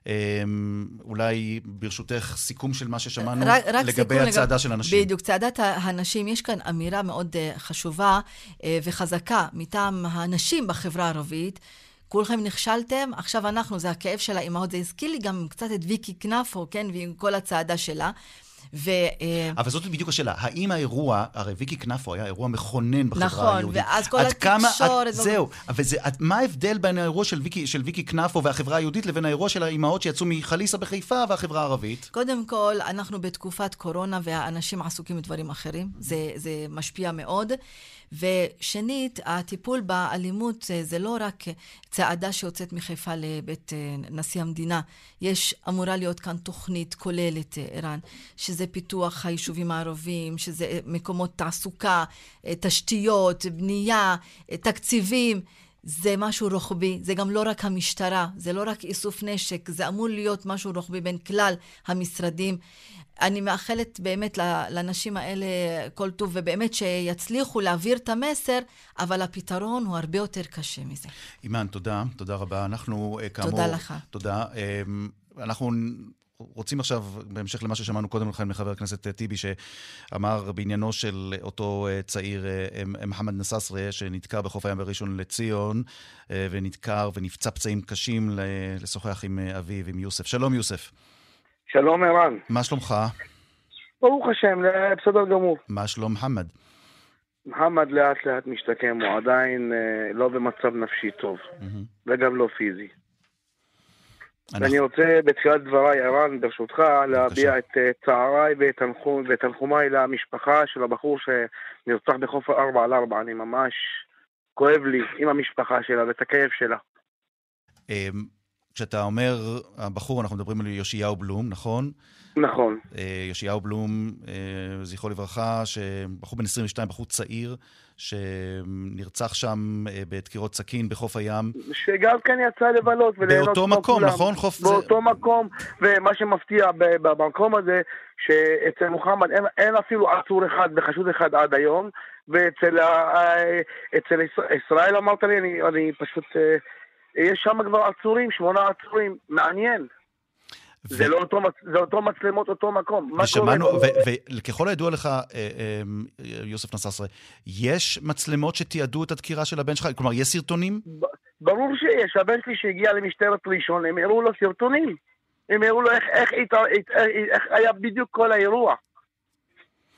אולי ברשותך סיכום של מה ששמענו רק, רק לגבי הצעדה לג... של הנשים. בדיוק, צעדת הנשים, יש כאן אמירה מאוד חשובה וחזקה מטעם הנשים בחברה הערבית, כולכם נכשלתם, עכשיו אנחנו, זה הכאב של האימהות, זה הזכיר לי גם קצת את ויקי קנפו, כן, ועם כל הצעדה שלה. ו... אבל זאת בדיוק השאלה, האם האירוע, הרי ויקי קנפו היה אירוע מכונן בחברה נכון, היהודית. נכון, ואז כל התקשורת... את, זהו, אבל זה, את, מה ההבדל בין האירוע של ויקי, של ויקי קנפו והחברה היהודית לבין האירוע של האימהות שיצאו מחליסה בחיפה והחברה הערבית? קודם כל, אנחנו בתקופת קורונה והאנשים עסוקים בדברים אחרים, זה, זה משפיע מאוד. ושנית, הטיפול באלימות זה לא רק צעדה שיוצאת מחיפה לבית נשיא המדינה. יש אמורה להיות כאן תוכנית כוללת, איראן, שזה פיתוח היישובים הערביים, שזה מקומות תעסוקה, תשתיות, בנייה, תקציבים. זה משהו רוחבי, זה גם לא רק המשטרה, זה לא רק איסוף נשק, זה אמור להיות משהו רוחבי בין כלל המשרדים. אני מאחלת באמת לנשים האלה כל טוב, ובאמת שיצליחו להעביר את המסר, אבל הפתרון הוא הרבה יותר קשה מזה. אימן, תודה, תודה רבה. אנחנו כאמור... תודה לך. תודה. אנחנו... רוצים עכשיו, בהמשך למה ששמענו קודם לכן מחבר הכנסת טיבי, שאמר בעניינו של אותו צעיר מוחמד נססרה, שנדקר בחוף הים בראשון לציון, ונדקר ונפצע פצעים קשים, לשוחח עם אביו, עם יוסף. שלום יוסף. שלום ערן. מה שלומך? ברוך השם, בסדר גמור. מה שלום מוחמד? מוחמד לאט לאט משתקם, הוא עדיין לא במצב נפשי טוב, וגם לא פיזי. אני רוצה בתחילת דבריי, ערן, ברשותך, להביע את צעריי ואת תנחומיי למשפחה של הבחור שנרצח בחוף ארבע על ארבע. אני ממש כואב לי עם המשפחה שלה ואת הכאב שלה. כשאתה אומר הבחור, אנחנו מדברים על יאשיהו בלום, נכון? נכון. יאשיהו בלום, זכרו לברכה, שבחור בן עשרים ושתיים, בחור צעיר, שנרצח שם בדקירות סכין בחוף הים. שגם כן יצא לבלות וליהנות. באותו מקום, כולם. נכון? חוף באותו זה... מקום, ומה שמפתיע במקום הזה, שאצל מוחמד אין, אין אפילו עצור אחד וחשוד אחד עד היום, ואצל אצל ישראל אמרת לי, אני, אני פשוט... יש שם כבר עצורים, שמונה עצורים, מעניין. ו... זה לא אותו, זה אותו מצלמות, אותו מקום. ושמענו, וככל הידוע לך, יוסף נססרה, יש מצלמות שתיעדו את הדקירה של הבן שלך? כלומר, יש סרטונים? ברור שיש. הבן שלי שהגיע למשטרת ראשון, הם הראו לו סרטונים. הם הראו לו איך, איך, איך, איך, איך היה בדיוק כל האירוע.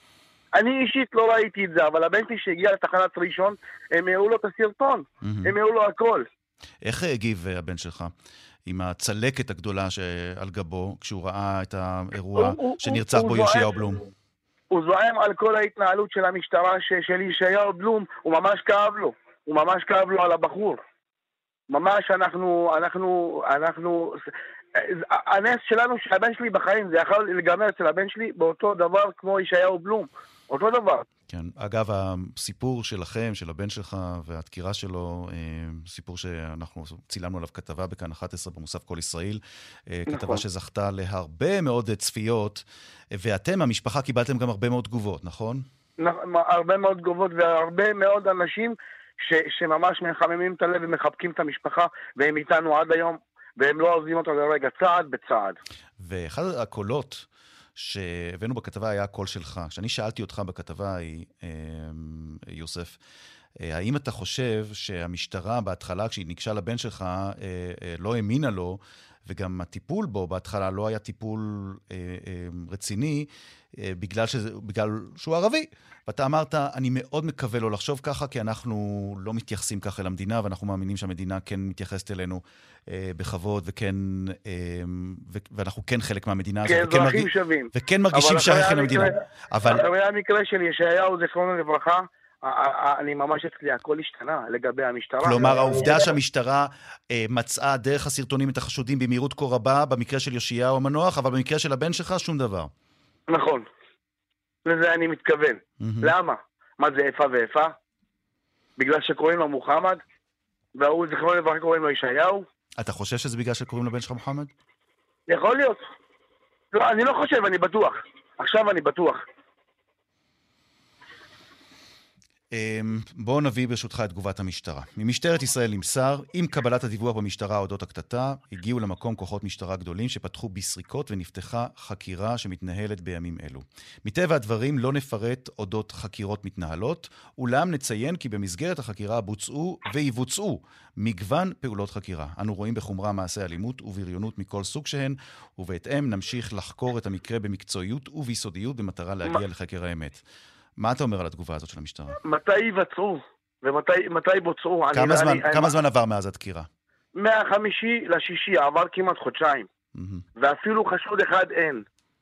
אני אישית לא ראיתי את זה, אבל הבן שלי שהגיע לתחנת ראשון, הם הראו לו את הסרטון, הם הראו לו הכל. איך הגיב הבן שלך עם הצלקת הגדולה על גבו, כשהוא ראה את האירוע שנרצח בו יאשיהו בלום? הוא זועם על כל ההתנהלות של המשטרה של יאשיהו בלום, הוא ממש כאב לו, הוא ממש כאב לו על הבחור. ממש אנחנו, אנחנו, אנחנו, הנס שלנו שהבן שלי בחיים, זה יכול לגמר אצל הבן שלי באותו דבר כמו יאשיהו בלום, אותו דבר. כן, אגב, הסיפור שלכם, של הבן שלך והדקירה שלו, סיפור שאנחנו צילמנו עליו כתבה בכאן אחת עשרה במוסף כל ישראל, נכון. כתבה שזכתה להרבה מאוד צפיות, ואתם, המשפחה, קיבלתם גם הרבה מאוד תגובות, נכון? הרבה מאוד תגובות והרבה מאוד אנשים ש- שממש מחממים את הלב ומחבקים את המשפחה, והם איתנו עד היום, והם לא עוזבים אותו לרגע, צעד בצעד. ואחד הקולות שהבאנו בכתבה היה הקול שלך. כשאני שאלתי אותך בכתבה, יוסף, האם אתה חושב שהמשטרה בהתחלה, כשהיא ניגשה לבן שלך, לא האמינה לו, וגם הטיפול בו בהתחלה לא היה טיפול רציני, בגלל, שזה, בגלל שהוא ערבי. ואתה אמרת, אני מאוד מקווה לו לחשוב ככה, כי אנחנו לא מתייחסים ככה למדינה, ואנחנו מאמינים שהמדינה כן מתייחסת אלינו אה, בכבוד, וכן, אה, ו- ואנחנו כן חלק מהמדינה הזאת. כן, אזרחים מרג... שווים. וכן מרגישים שייכים למדינה. אבל... אחרי המקרה של יאשיהו, זיכרונו לברכה, אני ממש אצלי, הכל השתנה לגבי המשטרה. כלומר, העובדה שהמשטרה אה, מצאה דרך הסרטונים את החשודים במהירות כה רבה, במקרה של יאשיהו המנוח, אבל במקרה של הבן שלך, שום דבר. נכון. לזה אני מתכוון. Mm-hmm. למה? מה זה איפה ואיפה? בגלל שקוראים לו מוחמד, והוא זכרונו לברכה קוראים לו יאשיהו? אתה חושב שזה בגלל שקוראים לבן שלך מוחמד? יכול להיות. לא, אני לא חושב, אני בטוח. עכשיו אני בטוח. בואו נביא ברשותך את תגובת המשטרה. ממשטרת ישראל נמסר, עם קבלת הדיווח במשטרה אודות הקטטה, הגיעו למקום כוחות משטרה גדולים שפתחו בסריקות ונפתחה חקירה שמתנהלת בימים אלו. מטבע הדברים לא נפרט אודות חקירות מתנהלות, אולם נציין כי במסגרת החקירה בוצעו ויבוצעו מגוון פעולות חקירה. אנו רואים בחומרה מעשי אלימות ובריונות מכל סוג שהן, ובהתאם נמשיך לחקור את המקרה במקצועיות וביסודיות במטרה להגיע לחקר האמת. מה אתה אומר על התגובה הזאת של המשטרה? מתי יבצעו? ומתי מתי בוצעו? כמה אני, זמן, אני, כמה אני... זמן עבר מאז הדקירה? מהחמישי לשישי, עבר כמעט חודשיים. Mm-hmm. ואפילו חשוד אחד אין.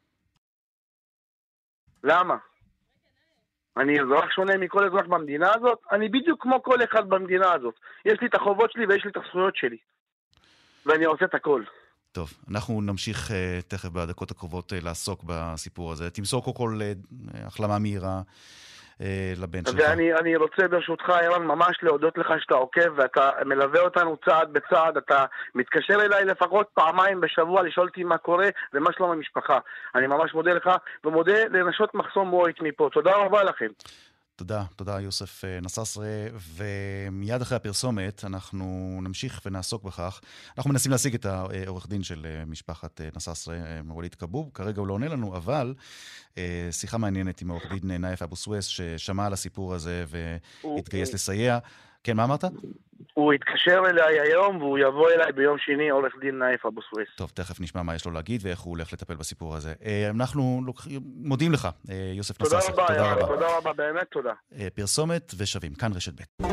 למה? אני אזרח שונה מכל אזרח במדינה הזאת? אני בדיוק כמו כל אחד במדינה הזאת. יש לי את החובות שלי ויש לי את הזכויות שלי. ואני עושה את הכל. טוב, אנחנו נמשיך uh, תכף בדקות הקרובות uh, לעסוק בסיפור הזה. תמסור כל כל uh, החלמה מהירה uh, לבן שלך. ואני אני רוצה ברשותך, אירן, ממש להודות לך שאתה עוקב ואתה מלווה אותנו צעד בצעד. אתה מתקשר אליי לפחות פעמיים בשבוע לשאול אותי מה קורה ומה שלום המשפחה. אני ממש מודה לך ומודה לנשות מחסום מורית מפה. תודה רבה לכם. תודה, תודה יוסף נססרה, ומיד אחרי הפרסומת אנחנו נמשיך ונעסוק בכך. אנחנו מנסים להשיג את העורך דין של משפחת נססרה, ווליד כבוב, כרגע הוא לא עונה לנו, אבל שיחה מעניינת עם העורך דין נאיף אבו סוויס, ששמע על הסיפור הזה והתגייס לסייע. כן, מה אמרת? הוא התקשר אליי היום, והוא יבוא אליי ביום שני, עורך דין נאיף אבו סוויס. טוב, תכף נשמע מה יש לו להגיד, ואיך הוא הולך לטפל בסיפור הזה. אנחנו מודים לך, יוסף נססרה. תודה רבה, תודה רבה. תודה רבה, באמת תודה. פרסומת ושווים, כאן רשת ב'.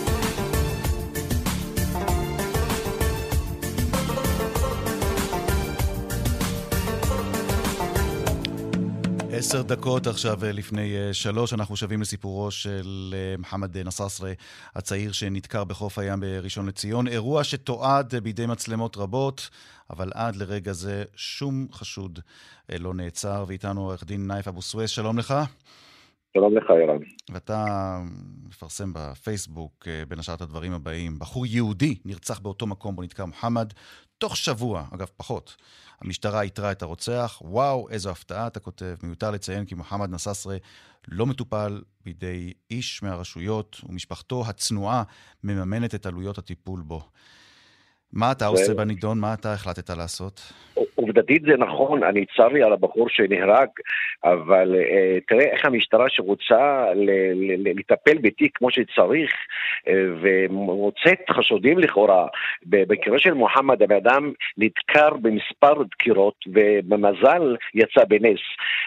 עשר דקות עכשיו לפני שלוש, אנחנו שווים לסיפורו של מוחמד נססרה, הצעיר שנדקר בחוף הים בראשון לציון. אירוע שתועד בידי מצלמות רבות, אבל עד לרגע זה שום חשוד לא נעצר. ואיתנו עורך דין נאיף אבו סוויס, שלום לך. שלום לך, אירן. ואתה מפרסם בפייסבוק בין השאר את הדברים הבאים. בחור יהודי נרצח באותו מקום בו נדקר מוחמד. תוך שבוע, אגב פחות, המשטרה יתרה את הרוצח. וואו, איזו הפתעה, אתה כותב. מיותר לציין כי מוחמד נססרה לא מטופל בידי איש מהרשויות, ומשפחתו הצנועה מממנת את עלויות הטיפול בו. מה אתה עושה בנידון? מה אתה החלטת לעשות? עובדתית זה נכון, אני צר לי על הבחור שנהרג, אבל uh, תראה איך המשטרה שרוצה לטפל בתיק כמו שצריך, uh, ומוצאת חשודים לכאורה. במקרה של מוחמד, האדם נדקר במספר דקירות, ובמזל יצא בנס.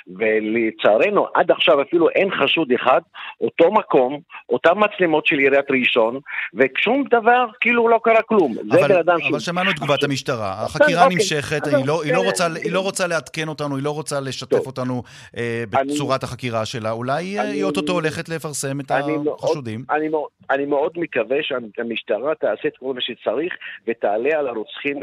ולצערנו, עד עכשיו אפילו אין חשוד אחד, אותו מקום, אותם מצלמות של עיריית ראשון, ושום דבר, כאילו לא קרה כלום. אבל, אבל שמענו את תגובת המשטרה. החקירה נמשכת, היא לא, היא לא רוצה, היא לא רוצה לעדכן אותנו, היא לא רוצה לשתף אותנו אה, בצורת החקירה שלה. אולי היא אותו הולכת לפרסם את החשודים. אני מאוד, אני מאוד מקווה שהמשטרה תעשה את כל מה שצריך, ותעלה על הרוצחים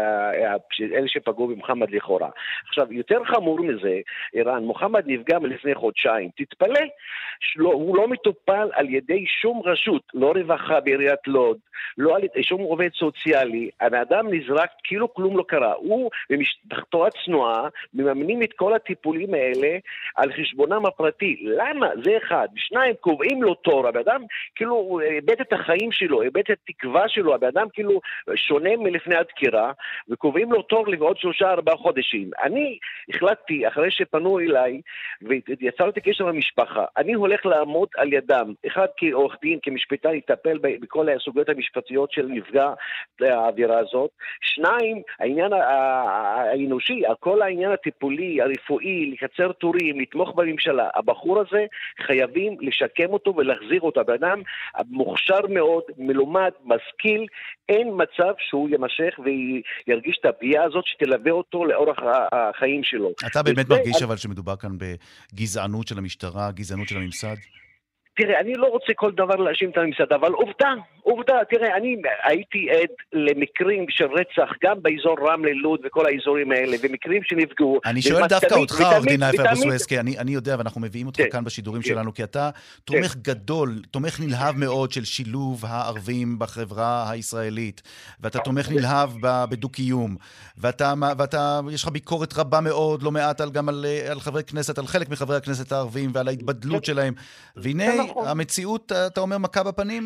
ואלה שפגעו במוחמד לכאורה. עכשיו, יותר חמור מזה, איראן, מוחמד נפגע מלפני חודשיים. תתפלא, הוא לא מטופל על ידי שום רשות, לא רווחה בעיריית לוד, לא על ידי שום עובד סוציאלי. האדם נזרק כאילו כלום לא קרה. הוא ומשפחתו הצנועה מממנים את כל הטיפולים האלה על חשבונם הפרטי. למה? זה אחד. שניים, קובעים לו תור. האדם כאילו הוא איבד את החיים שלו, איבד את התקווה שלו. האדם כאילו שונה מלפני הדקירה, וקובעים לו תור לעוד שלושה ארבעה חודשים. אני החלטתי, אחרי שפנו אליי, ויצרתי קשר למשפחה, אני הולך לעמוד על ידם. אחד, כעורך דין, כמשפטן, יטפל בכל הסוגיות המשפטיות של נפגע האווירה הזאת. שניים, העניין האנושי, כל העניין הטיפולי, הרפואי, לקצר תורים, לתמוך בממשלה. הבחור הזה חייבים לשקם אותו ולהחזיר אותו. באדם מוכשר מאוד, מלומד, משכיל, אין מצב שהוא ימשך וירגיש את הפגיעה הזאת שתלווה אותו לאורך החיים שלו. אתה באמת מרגיש אבל שמדובר כאן בגזענות של המשטרה, גזענות של הממסד? תראה, אני לא רוצה כל דבר להאשים את הממסד, אבל עובדה, עובדה, תראה, אני הייתי עד למקרים של רצח, גם באזור רמלה, לוד וכל האזורים האלה, ומקרים שנפגעו. אני שואל דווקא אותך, עורך דין נאיף אבו סוויס, כי אני יודע, ואנחנו מביאים אותך כאן בשידורים שלנו, כי אתה תומך גדול, תומך נלהב מאוד של שילוב הערבים בחברה הישראלית, ואתה תומך נלהב בדו-קיום, ואתה, יש לך ביקורת רבה מאוד, לא מעט גם על חברי כנסת, על חלק מחברי הכנסת הערבים, ועל ההתבדלות שלהם. והנה, המציאות, אתה אומר, מכה בפנים?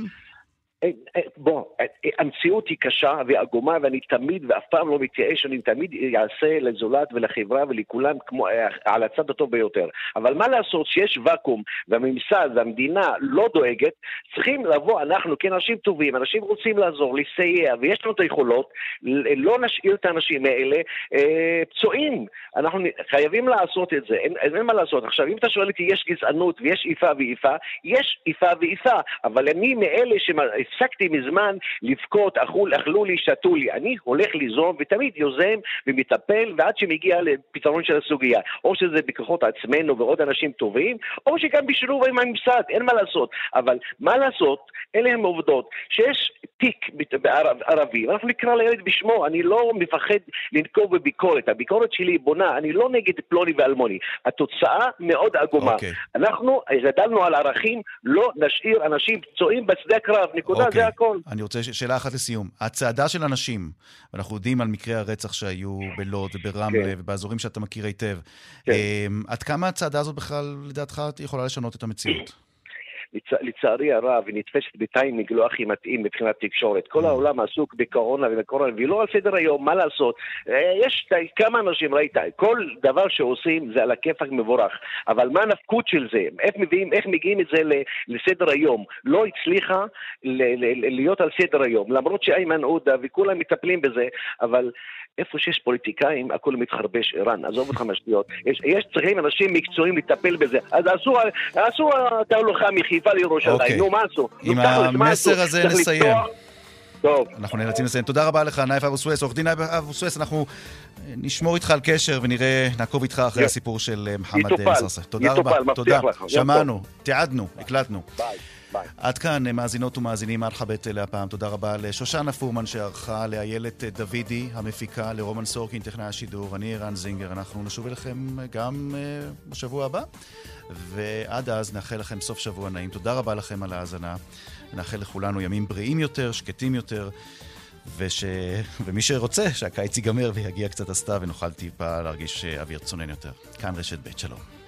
בוא, המציאות היא קשה ועגומה, ואני תמיד ואף פעם לא מתייאש, אני תמיד אעשה לזולת ולחברה ולכולם כמו, על הצד הטוב ביותר. אבל מה לעשות שיש וקום והממסד והמדינה לא דואגת, צריכים לבוא אנחנו כאנשים טובים, אנשים רוצים לעזור, לסייע, ויש לנו את היכולות, לא נשאיר את האנשים האלה אה, פצועים. אנחנו חייבים לעשות את זה, אין, אין מה לעשות. עכשיו, אם אתה שואל אותי, יש גזענות ויש איפה ואיפה, יש איפה ואיפה, אבל אני מאלה שמה... הפסקתי מזמן לבכות, אכול, אכלו לי, שתו לי. אני הולך ליזום ותמיד יוזם ומטפל, ועד שמגיע לפתרון של הסוגיה. או שזה בכוחות עצמנו ועוד אנשים טובים, או שגם בשילוב עם הממסד, אין מה לעשות. אבל מה לעשות? אלה הם עובדות. שיש תיק בערבי, אנחנו נקרא לילד בשמו, אני לא מפחד לנקוב בביקורת. הביקורת שלי בונה, אני לא נגד פלוני ואלמוני. התוצאה מאוד עגומה. Okay. אנחנו גדלנו על ערכים, לא נשאיר אנשים פצועים בשדה הקרב. נקודה, okay. זה הכל. אני רוצה שאלה אחת לסיום. הצעדה של אנשים, ואנחנו יודעים על מקרי הרצח שהיו בלוד וברמלה okay. ובאזורים שאתה מכיר היטב. Okay. עד כמה הצעדה הזאת בכלל, לדעתך, יכולה לשנות את המציאות? לצערי הרב, היא נתפסת בטיימינג לא הכי מתאים מבחינת תקשורת. כל העולם עסוק בקורונה ובקורונה, ולא על סדר היום, מה לעשות? יש כמה אנשים, ראית, כל דבר שעושים זה על הכיפק מבורך, אבל מה הנפקות של זה? איך מביאים, איך מגיעים את זה לסדר היום? לא הצליחה להיות על סדר היום, למרות שאיימן עודה וכולם מטפלים בזה, אבל איפה שיש פוליטיקאים, הכל מתחרבש. איראן, עזוב אותך משטויות. יש, יש צריכים אנשים מקצועיים לטפל בזה. אז עשו, עשו תהלוכה מחיפה לירושלים. נו, מה עשו? עם המסר הזה נסיים. טוב. אנחנו נאלצים לסיים. תודה רבה לך, נאיף אבו סוויס. עורך דין נאיף אבו סוויס, אנחנו נשמור איתך על קשר ונראה, נעקוב איתך אחרי הסיפור של מוחמד נסראללה. תודה רבה. תודה. שמענו, תיעדנו, הקלטנו. ביי. ביי. עד כאן, מאזינות ומאזינים, מרחבת להפעם. תודה רבה לשושנה פורמן שערכה, לאיילת דוידי המפיקה, לרומן סורקין טכנאי השידור, אני ערן זינגר. אנחנו נשוב אליכם גם uh, בשבוע הבא, ועד אז נאחל לכם סוף שבוע נעים. תודה רבה לכם על ההאזנה. נאחל לכולנו ימים בריאים יותר, שקטים יותר, וש... ומי שרוצה שהקיץ ייגמר ויגיע קצת הסתיו ונוכל טיפה להרגיש אוויר צונן יותר. כאן רשת בית, שלום.